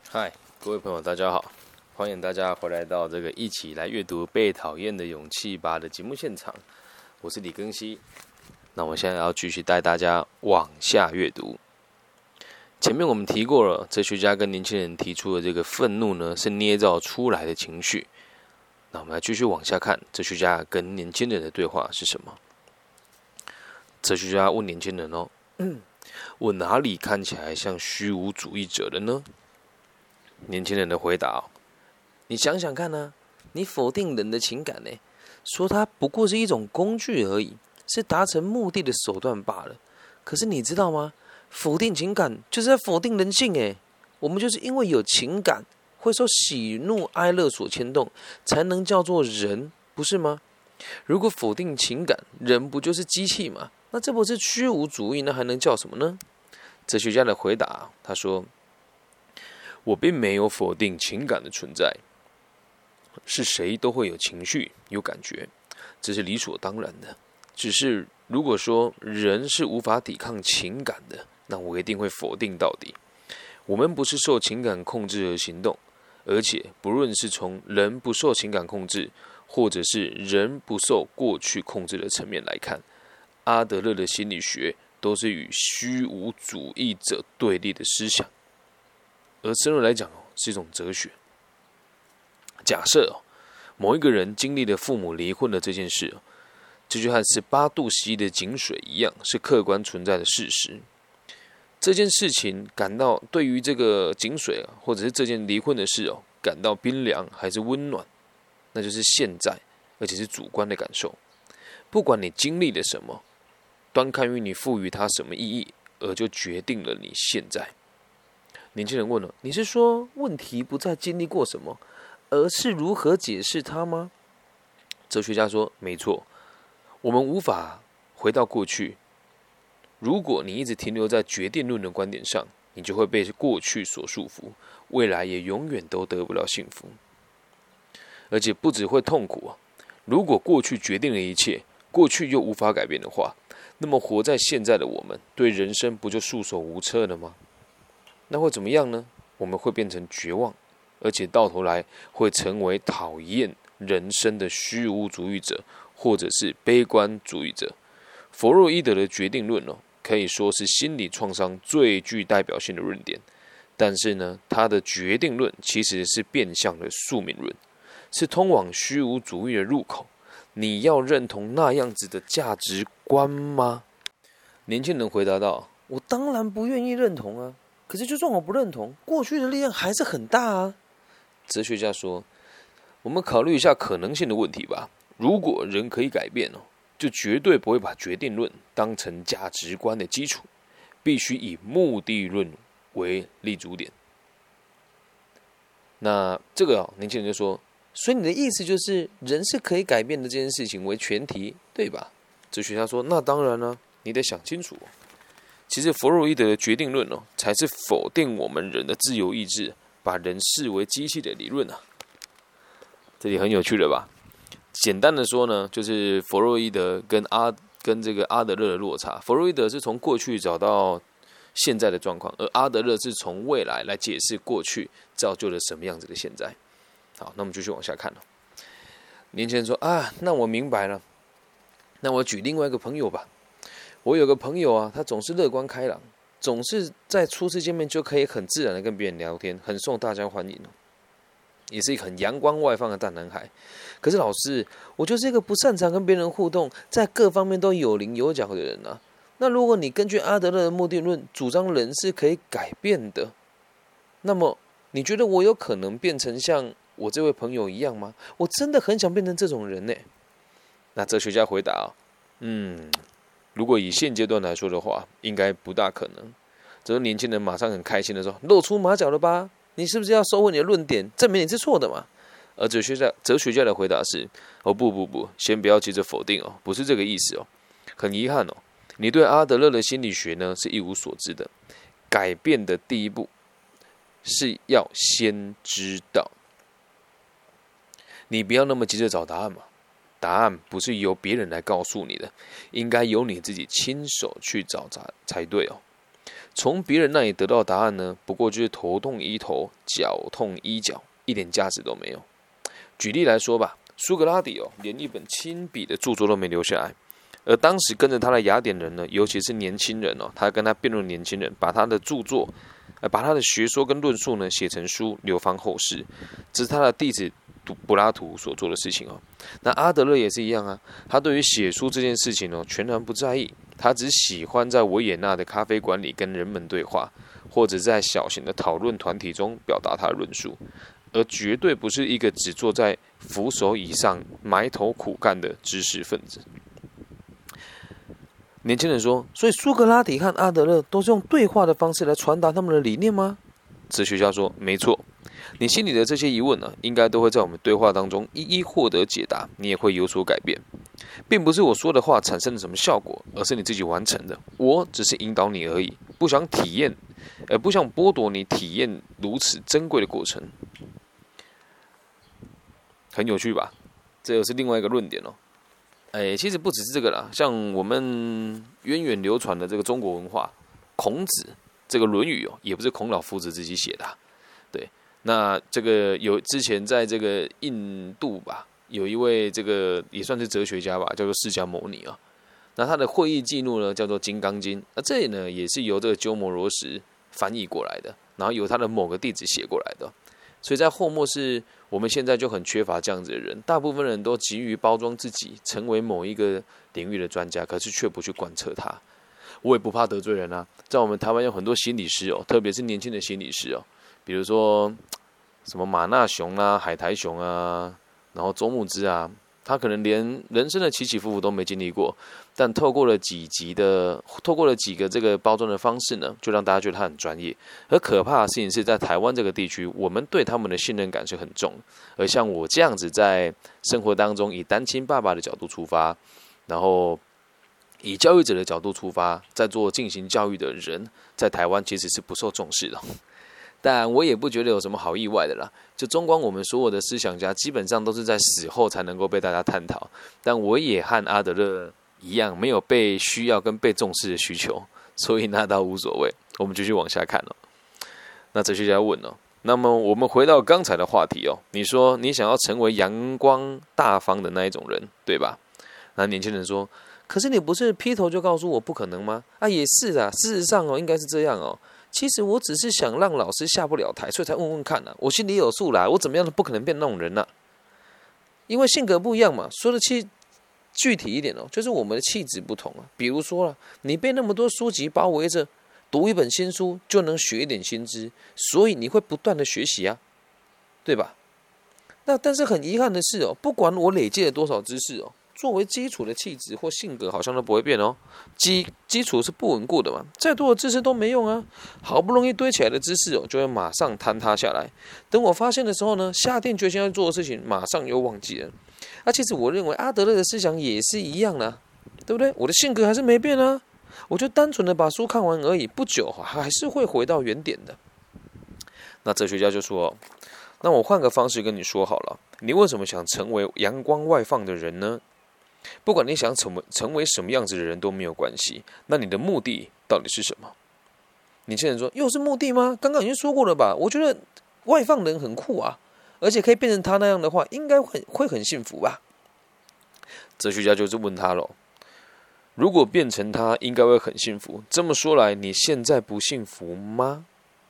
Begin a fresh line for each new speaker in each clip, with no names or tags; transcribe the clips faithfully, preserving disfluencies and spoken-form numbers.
嗨，各位朋友，大家好！欢迎大家回来到这个一起来阅读《被讨厌的勇气吧》的节目现场，我是李庚希。那我现在要继续带大家往下阅读。前面我们提过了，哲学家跟年轻人提出的这个愤怒呢，是捏造出来的情绪。那我们来继续往下看，哲学家跟年轻人的对话是什么？哲学家问年轻人哦，嗯、我哪里看起来像虚无主义者了呢？年轻人的回答、哦：你想想看啊，你否定人的情感呢，说它不过是一种工具而已，是达成目的的手段罢了。可是你知道吗？否定情感就是在否定人性哎。我们就是因为有情感，会受喜怒哀乐所牵动，才能叫做人，不是吗？如果否定情感，人不就是机器吗？那这不是虚无主义，那还能叫什么呢？哲学家的回答，他说：我并没有否定情感的存在，是谁都会有情绪、有感觉，这是理所当然的。只是如果说人是无法抵抗情感的，那我一定会否定到底。我们不是受情感控制而行动，而且不论是从人不受情感控制，或者是人不受过去控制的层面来看，阿德勒的心理学都是与虚无主义者对立的思想。而深入来讲是一种哲学。假设某一个人经历了父母离婚的这件事，这就和十八度 C 的井水一样，是客观存在的事实。这件事情感到对于这个井水或者是这件离婚的事哦，感到冰凉还是温暖，那就是现在，而且是主观的感受。不管你经历了什么，端看于你赋予它什么意义，而就决定了你现在。年轻人问了：你是说问题不再经历过什么，而是如何解释它吗？哲学家说：没错，我们无法回到过去。如果你一直停留在决定论的观点上，你就会被过去所束缚，未来也永远都得不了幸福，而且不只会痛苦啊。如果过去决定了一切，过去又无法改变的话，那么活在现在的我们，对人生不就束手无策了吗？那会怎么样呢？我们会变成绝望，而且到头来会成为讨厌人生的虚无主义者，或者是悲观主义者。弗洛伊德的决定论哦，可以说是心理创伤最具代表性的论点。但是呢，他的决定论其实是变相的宿命论，是通往虚无主义的入口。你要认同那样子的价值观吗？年轻人回答道：我当然不愿意认同啊。可是就算我不认同，过去的力量还是很大啊。哲学家说：我们考虑一下可能性的问题吧。如果人可以改变哦，就绝对不会把决定论当成价值观的基础，必须以目的论为立足点。那这个、哦、年轻人就说：所以你的意思就是人是可以改变的这件事情为前提，对吧？哲学家说：那当然了，你得想清楚哦。其实弗洛伊德的决定论哦，才是否定我们人的自由意志，把人视为机器的理论啊。这里很有趣了吧？简单的说呢，就是弗洛伊德跟阿跟这个阿德勒的落差。弗洛伊德是从过去找到现在的状况，而阿德勒是从未来来解释过去造就了什么样子的现在。好，那我们继续往下看了。年轻人说啊，那我明白了。那我举另外一个朋友吧。我有个朋友啊，他总是乐观开朗，总是在初次见面就可以很自然的跟别人聊天，很受大家欢迎，也是一个很阳光外放的大男孩。可是老师，我就是一个不擅长跟别人互动，在各方面都有棱有角的人啊。那如果你根据阿德勒的目的论主张人是可以改变的，那么你觉得我有可能变成像我这位朋友一样吗？我真的很想变成这种人呢。那哲学家回答、哦、嗯。如果以现阶段来说的话，应该不大可能。这个年轻人马上很开心的说：露出马脚了吧？你是不是要收回你的论点，证明你是错的嘛？而哲学家哲学家的回答是：哦不不不，先不要急着否定哦，不是这个意思哦。很遗憾哦，你对阿德勒的心理学呢是一无所知的。改变的第一步是要先知道，你不要那么急着找答案嘛。答案不是由别人来告诉你的，应该由你自己亲手去找才对哦。 从别人那里得到答案呢，不过就是头痛医头，脚痛医脚，一点价值都没有。举例来说吧，苏格拉底哦，连一本亲笔的著作都没留下来，而当时跟着他的雅典人呢，尤其是年轻人哦，他跟他辩论的年轻人，把他的著作，呃，把他的学说跟论述呢写成书，流芳后世，这是他的弟子柏拉图所做的事情哦。那阿德勒也是一样啊，他对于写书这件事情哦，全然不在意，他只喜欢在维也纳的咖啡馆里跟人们对话，或者在小型的讨论团体中表达他的论述，而绝对不是一个只坐在扶手椅上埋头苦干的知识分子。年轻人说，所以苏格拉底和阿德勒都是用对话的方式来传达他们的理念吗？哲学家说，没错，你心里的这些疑问呢、啊，应该都会在我们对话当中一一获得解答，你也会有所改变，并不是我说的话产生了什么效果，而是你自己完成的，我只是引导你而已，不想体验，而不想剥夺你体验如此珍贵的过程。很有趣吧？这又是另外一个论点哦。哎，其实不只是这个啦，像我们源远流传的这个中国文化，孔子这个《论语》哦，也不是孔老夫子自己写的、啊。对，那这个有之前在这个印度吧，有一位这个也算是哲学家吧，叫做释迦牟尼啊。那他的会议记录呢，叫做《金刚经》。那这里呢，也是由这个鸠摩罗什翻译过来的，然后由他的某个弟子写过来的。所以在后末是我们现在就很缺乏这样子的人，大部分人都急于包装自己，成为某一个领域的专家，可是却不去贯彻它。我也不怕得罪人啊，在我们台湾有很多心理师哦，特别是年轻的心理师哦，比如说什么马纳雄啊、海苔熊啊，然后周牧之啊，他可能连人生的起起伏伏都没经历过，但透过了几集的，透过了几个这个包装的方式呢，就让大家觉得他很专业。而可怕的事情是在台湾这个地区，我们对他们的信任感是很重。而像我这样子在生活当中以单亲爸爸的角度出发，然后以教育者的角度出发，在做进行教育的人，在台湾其实是不受重视的。但我也不觉得有什么好意外的啦。就纵观我们所有的思想家，基本上都是在死后才能够被大家探讨。但我也和阿德勒一样，没有被需要跟被重视的需求，所以那倒无所谓。我们继续往下看哦。那哲学家问哦，那么我们回到刚才的话题哦，你说你想要成为阳光大方的那一种人，对吧？那年轻人说，可是你不是劈头就告诉我不可能吗？啊，也是啊，事实上哦，应该是这样哦。其实我只是想让老师下不了台，所以才问问看啊。我心里有数啦，我怎么样都不可能变那种人啊，因为性格不一样嘛。说的气具体一点哦，就是我们的气质不同啊。比如说啦，你被那么多书籍包围着，读一本新书就能学一点新知，所以你会不断的学习啊，对吧？那但是很遗憾的是哦，不管我累积了多少知识哦，作为基础的气质或性格好像都不会变哦，基基础是不稳固的嘛，再多的知识都没用啊，好不容易堆起来的知识哦，就会马上坍塌下来。等我发现的时候呢，下定决心要做的事情，马上又忘记了。啊，其实我认为阿德勒的思想也是一样的，对不对？我的性格还是没变啊，我就单纯的把书看完而已，不久还是会回到原点的。那哲学家就说，那我换个方式跟你说好了，你为什么想成为阳光外放的人呢？不管你想成为成为什么样子的人都没有关系，那你的目的到底是什么？年轻人说，又是目的吗？刚刚已经说过了吧？我觉得外放的人很酷啊，而且可以变成他那样的话，应该会会很幸福吧？哲学家就是问他咯，如果变成他，应该会很幸福。这么说来，你现在不幸福吗？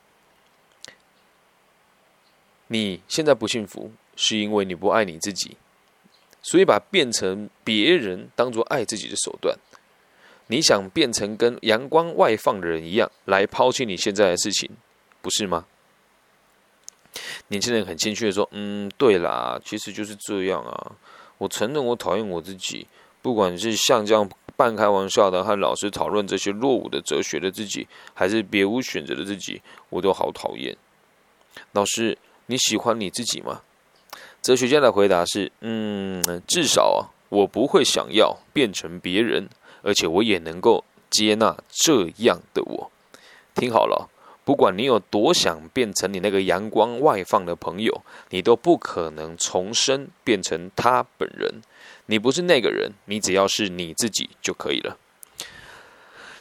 你现在不幸福，是因为你不爱你自己。所以把变成别人当作爱自己的手段，你想变成跟阳光外放的人一样，来抛弃你现在的事情，不是吗？年轻人很谦虚的说，嗯，对啦，其实就是这样啊。我承认我讨厌我自己，不管是像这样半开玩笑的和老师讨论这些落伍的哲学的自己，还是别无选择的自己，我都好讨厌。老师，你喜欢你自己吗？哲学家的回答是，嗯，至少啊，我不会想要变成别人，而且我也能够接纳这样的我。听好了，不管你有多想变成你那个阳光外放的朋友，你都不可能重生变成他本人。你不是那个人，你只要是你自己就可以了。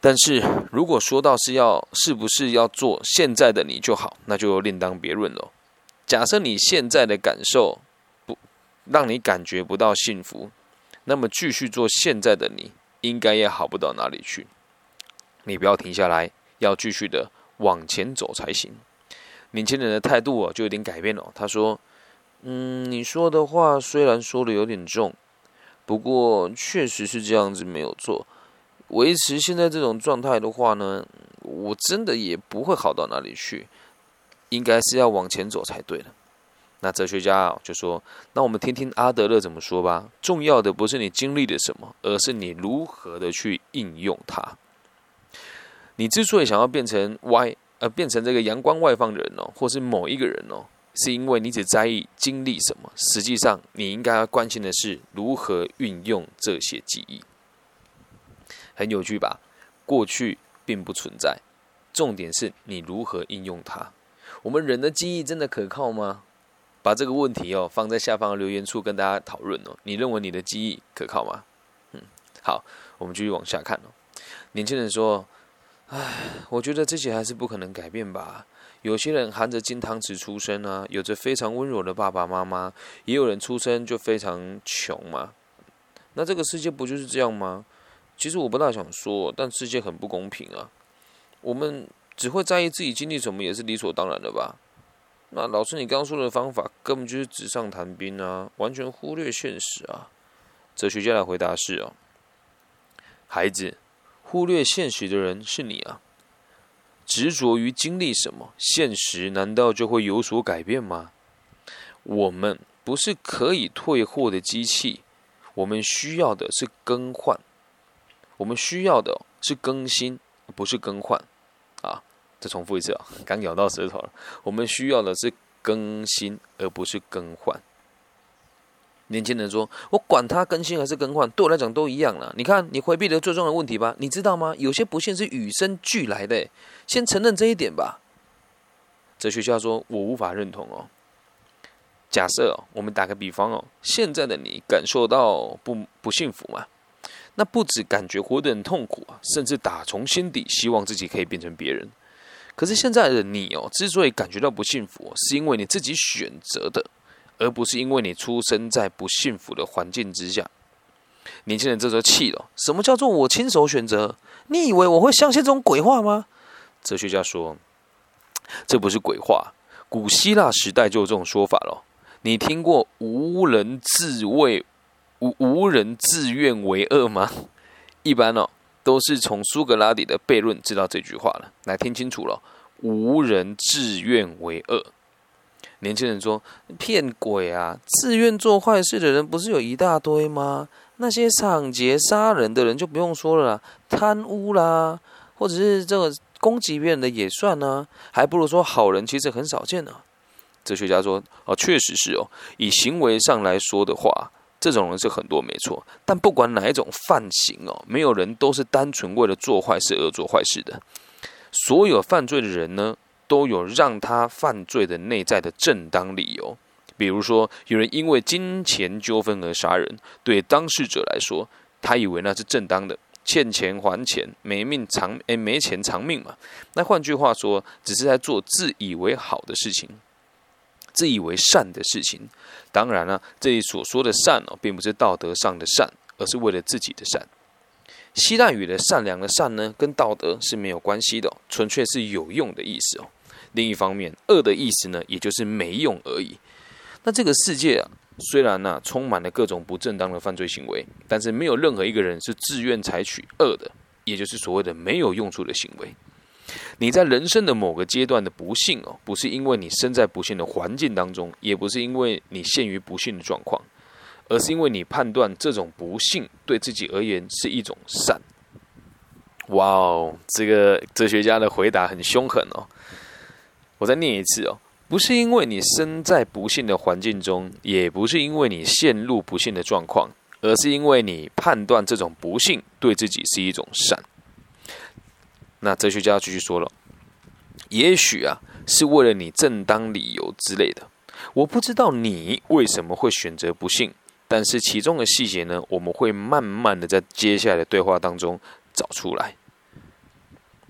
但是如果说到是要是不是要做现在的你就好，那就另当别论了。假设你现在的感受不让你感觉不到幸福，那么继续做现在的你，应该也好不到哪里去。你不要停下来，要继续的往前走才行。年轻人的态度哦，就有点改变了。他说：“嗯，你说的话虽然说的有点重，不过确实是这样子，没有错。维持现在这种状态的话呢，我真的也不会好到哪里去，应该是要往前走才对了。”那哲学家就说：“那我们听听阿德勒怎么说吧。重要的不是你经历了什么，而是你如何的去应用它。你之所以想要变成 Y， 呃，变成这个阳光外放的人哦，或是某一个人哦，是因为你只在意经历什么，实际上你应该要关心的是如何运用这些记忆。很有趣吧？过去并不存在，重点是你如何应用它。我们人的记忆真的可靠吗？把这个问题哦放在下方的留言处跟大家讨论哦。你认为你的记忆可靠吗？嗯，好，我们继续往下看哦。年轻人说：“唉，我觉得自己还是不可能改变吧。有些人含着金汤匙出生啊，有着非常温柔的爸爸妈妈，也有人出生就非常穷嘛。那这个世界不就是这样吗？其实我不大想说，但世界很不公平啊。我们只会在意自己经历什么，也是理所当然的吧。那老师，你刚刚说的方法根本就是纸上谈兵啊，完全忽略现实啊。”哲学家的回答是哦，孩子，忽略现实的人是你啊。执着于经历什么，现实难道就会有所改变吗？我们不是可以退货的机器，我们需要的是更换，我们需要的是更新，不是更换啊。再重复一次啊，刚咬到舌头了。我们需要的是更新，而不是更换。年轻人说：“我管它更新还是更换，对我来讲都一样啦。你看，你回避了最重要的问题吧？你知道吗？有些不幸是与生俱来的，先承认这一点吧。”哲学家说：“我无法认同哦。假设哦，我们打个比方哦，现在的你感受到不不幸福嘛？那不只感觉活得很痛苦啊，甚至打从心底希望自己可以变成别人。可是现在的你哦，之所以感觉到不幸福哦，是因为你自己选择的，而不是因为你出生在不幸福的环境之下。”年轻人这时候气了：“什么叫做我亲手选择？你以为我会相信这种鬼话吗？”哲学家说：“这不是鬼话，古希腊时代就有这种说法了。你听过无人自为无无人自愿为恶吗？一般哦，都是从苏格拉底的悖论知道这句话了。来听清楚了，无人自愿为恶。”年轻人说：“骗鬼啊！自愿做坏事的人不是有一大堆吗？那些抢劫、杀人的人就不用说了啦，贪污啦，或者是这个攻击别人的也算啊，还不如说好人其实很少见啊。”哲学家说：“哦，确实是哦，以行为上来说的话，这种人是很多没错。但不管哪一种犯行哦，没有人都是单纯为了做坏事而做坏事的。所有犯罪的人呢，都有让他犯罪的内在的正当理由。比如说，有人因为金钱纠纷而杀人，对当事者来说，他以为那是正当的，欠钱还钱，没命偿诶没钱偿命嘛。那换句话说，只是在做自以为好的事情。”自以为善的事情，当然了、啊，这里所说的善哦，并不是道德上的善，而是为了自己的善。希腊语的善良的善呢，跟道德是没有关系的、哦，纯粹是有用的意思哦。另一方面，恶的意思呢，也就是没用而已。那这个世界啊，虽然呢、啊、充满了各种不正当的犯罪行为，但是没有任何一个人是自愿采取恶的，也就是所谓的没有用处的行为。你在人生的某个阶段的不幸哦，不是因为你身在不幸的环境当中，也不是因为你陷于不幸的状况，而是因为你判断这种不幸对自己而言是一种善。哇哦，这个哲学家的回答很凶狠哦。我再念一次哦，不是因为你身在不幸的环境中，也不是因为你陷入不幸的状况，而是因为你判断这种不幸对自己是一种善。那哲学家继续说了，也许啊，是为了你正当理由之类的。我不知道你为什么会选择不幸，但是其中的细节呢，我们会慢慢的在接下来的对话当中找出来。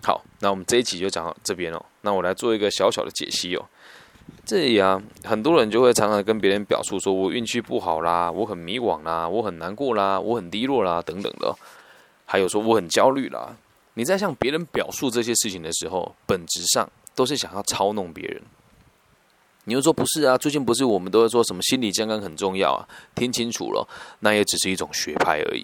好，那我们这一集就讲到这边哦。那我来做一个小小的解析哦。这里啊，很多人就会常常跟别人表述说，我运气不好啦，我很迷惘啦，我很难过啦，我很低落啦，等等的。还有说我很焦虑啦。你在向别人表述这些事情的时候，本质上都是想要操弄别人。你又说不是啊，最近不是我们都会说什么心理健康很重要啊？听清楚了，那也只是一种学派而已。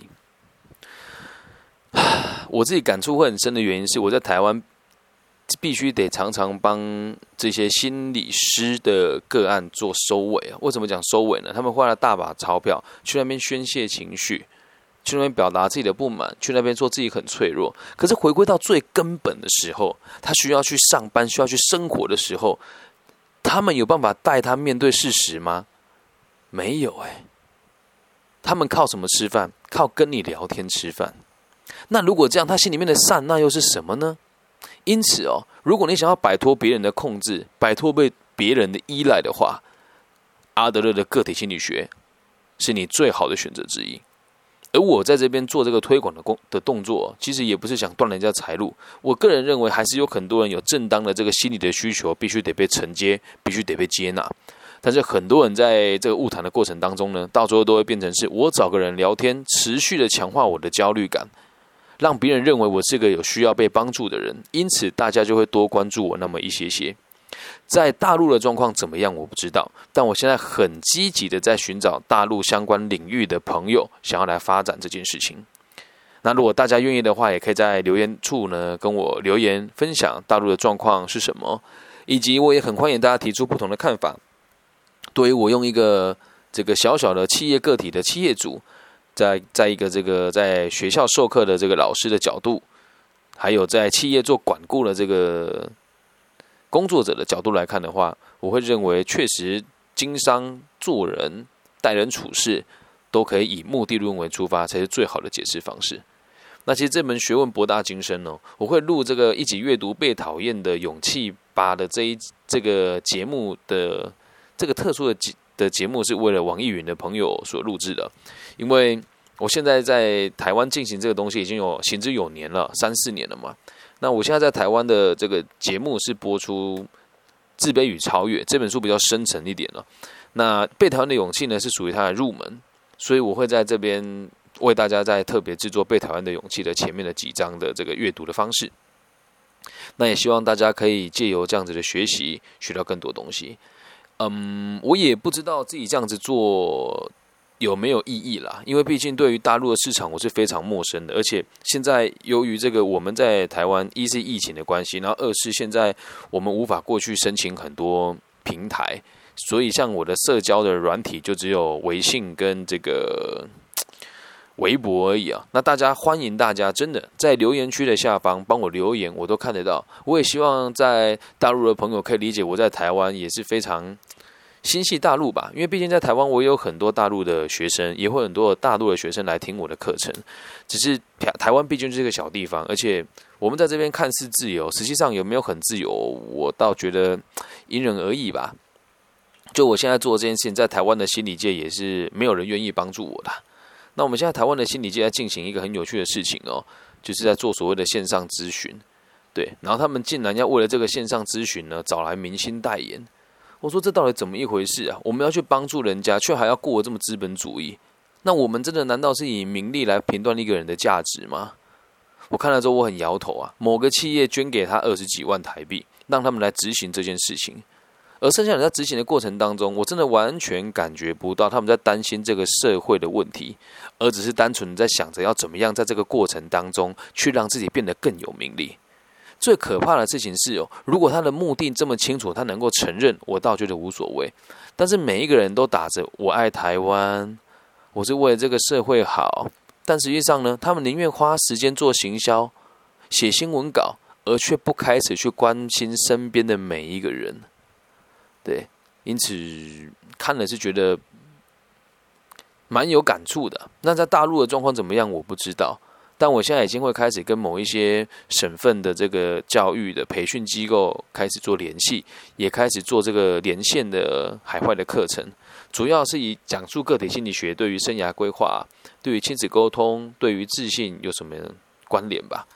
我自己感触会很深的原因是，我在台湾必须得常常帮这些心理师的个案做收尾啊。为什么讲收尾呢？他们花了大把钞票去那边宣泄情绪，去那边表达自己的不满，去那边说自己很脆弱。可是回归到最根本的时候，他需要去上班，需要去生活的时候，他们有办法带他面对事实吗？没有哎、欸。他们靠什么吃饭？靠跟你聊天吃饭。那如果这样，他心里面的善那又是什么呢？因此哦，如果你想要摆脱别人的控制，摆脱被别人的依赖的话，阿德勒的个体心理学是你最好的选择之一。而我在这边做这个推广的工的动作，其实也不是想断人家财路。我个人认为，还是有很多人有正当的这个心理的需求，必须得被承接，必须得被接纳。但是很多人在这个晤谈的过程当中呢，到最后都会变成是我找个人聊天，持续的强化我的焦虑感，让别人认为我是个有需要被帮助的人，因此大家就会多关注我那么一些些。在大陆的状况怎么样我不知道，但我现在很积极的在寻找大陆相关领域的朋友，想要来发展这件事情。那如果大家愿意的话，也可以在留言处呢跟我留言分享大陆的状况是什么，以及我也很欢迎大家提出不同的看法。对于我用一个这个小小的企业个体的企业主，在在一个这个在学校授课的这个老师的角度，还有在企业做管顾的这个工作者的角度来看的话，我会认为确实经商做人待人处事都可以以目的论为出发，才是最好的解释方式。那其实这门学问博大精深哦，我会录这个一起阅读被讨厌的勇气吧的这一这个节目的这个特殊的节的节目是为了网易云的朋友所录制的，因为我现在在台湾进行这个东西已经有行之有年了，三四年了嘛。那我现在在台湾的这个节目是播出《自卑与超越》这本书比较深沉一点了。那被讨厌的勇气呢是属于它的入门，所以我会在这边为大家再特别制作被讨厌的勇气的前面的几章的这个阅读的方式。那也希望大家可以借由这样子的学习，学到更多东西。嗯，我也不知道自己这样子做有没有意义啦，因为毕竟对于大陆的市场我是非常陌生的，而且现在由于这个我们在台湾一是疫情的关系，然后二是现在我们无法过去申请很多平台，所以像我的社交的软体就只有微信跟这个微博而已啊。那大家欢迎大家真的在留言区的下方帮我留言，我都看得到。我也希望在大陆的朋友可以理解我在台湾也是非常心系大陆吧，因为毕竟在台湾我也有很多大陆的学生，也会很多大陆的学生来听我的课程。只是台湾毕竟是一个小地方，而且我们在这边看似自由，实际上有没有很自由，我倒觉得因人而异吧。就我现在做这件事情，在台湾的心理界也是没有人愿意帮助我的。那我们现在台湾的心理界在进行一个很有趣的事情哦，就是在做所谓的线上咨询，对，然后他们竟然要为了这个线上咨询呢，找来明星代言。我说这到底怎么一回事啊？我们要去帮助人家，却还要过得这么资本主义，那我们真的难道是以名利来评断一个人的价值吗？我看了之后我很摇头啊。某个企业捐给他二十几万台币，让他们来执行这件事情。而剩下人在执行的过程当中，我真的完全感觉不到他们在担心这个社会的问题，而只是单纯在想着要怎么样在这个过程当中去让自己变得更有名利。最可怕的事情是哦，如果他的目的这么清楚，他能够承认，我倒觉得无所谓。但是每一个人都打着我爱台湾，我是为了这个社会好，但实际上呢，他们宁愿花时间做行销、写新闻稿，而却不开始去关心身边的每一个人。对，因此看了是觉得蛮有感触的。那在大陆的状况怎么样，我不知道。但我现在已经会开始跟某一些省份的这个教育的培训机构开始做联系，也开始做这个连线的海外的课程，主要是以讲述个体心理学对于生涯规划、对于亲子沟通、对于自信有什么关联吧。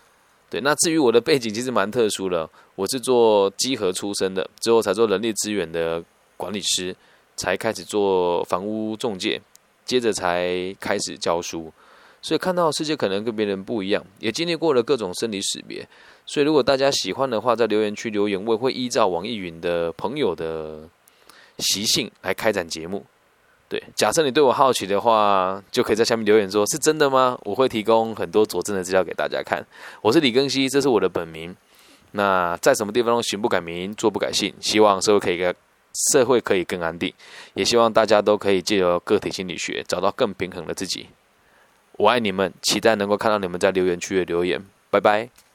对，那至于我的背景其实蛮特殊的，我是做稽核出身的，之后才做人力资源的管理师，才开始做房屋仲介，接着才开始教书。所以看到的世界可能跟别人不一样，也经历过了各种生离死别。所以如果大家喜欢的话，在留言区留言，我也会依照网易云的朋友的习性来开展节目。对，假设你对我好奇的话，就可以在下面留言说是真的吗？我会提供很多佐证的资料给大家看。我是李庚希，这是我的本名。那在什么地方都行不改名，坐不改姓，希望社会可以社会可以更安定，也希望大家都可以借由个体心理学找到更平衡的自己。我爱你们，期待能够看到你们在留言区的留言。拜拜。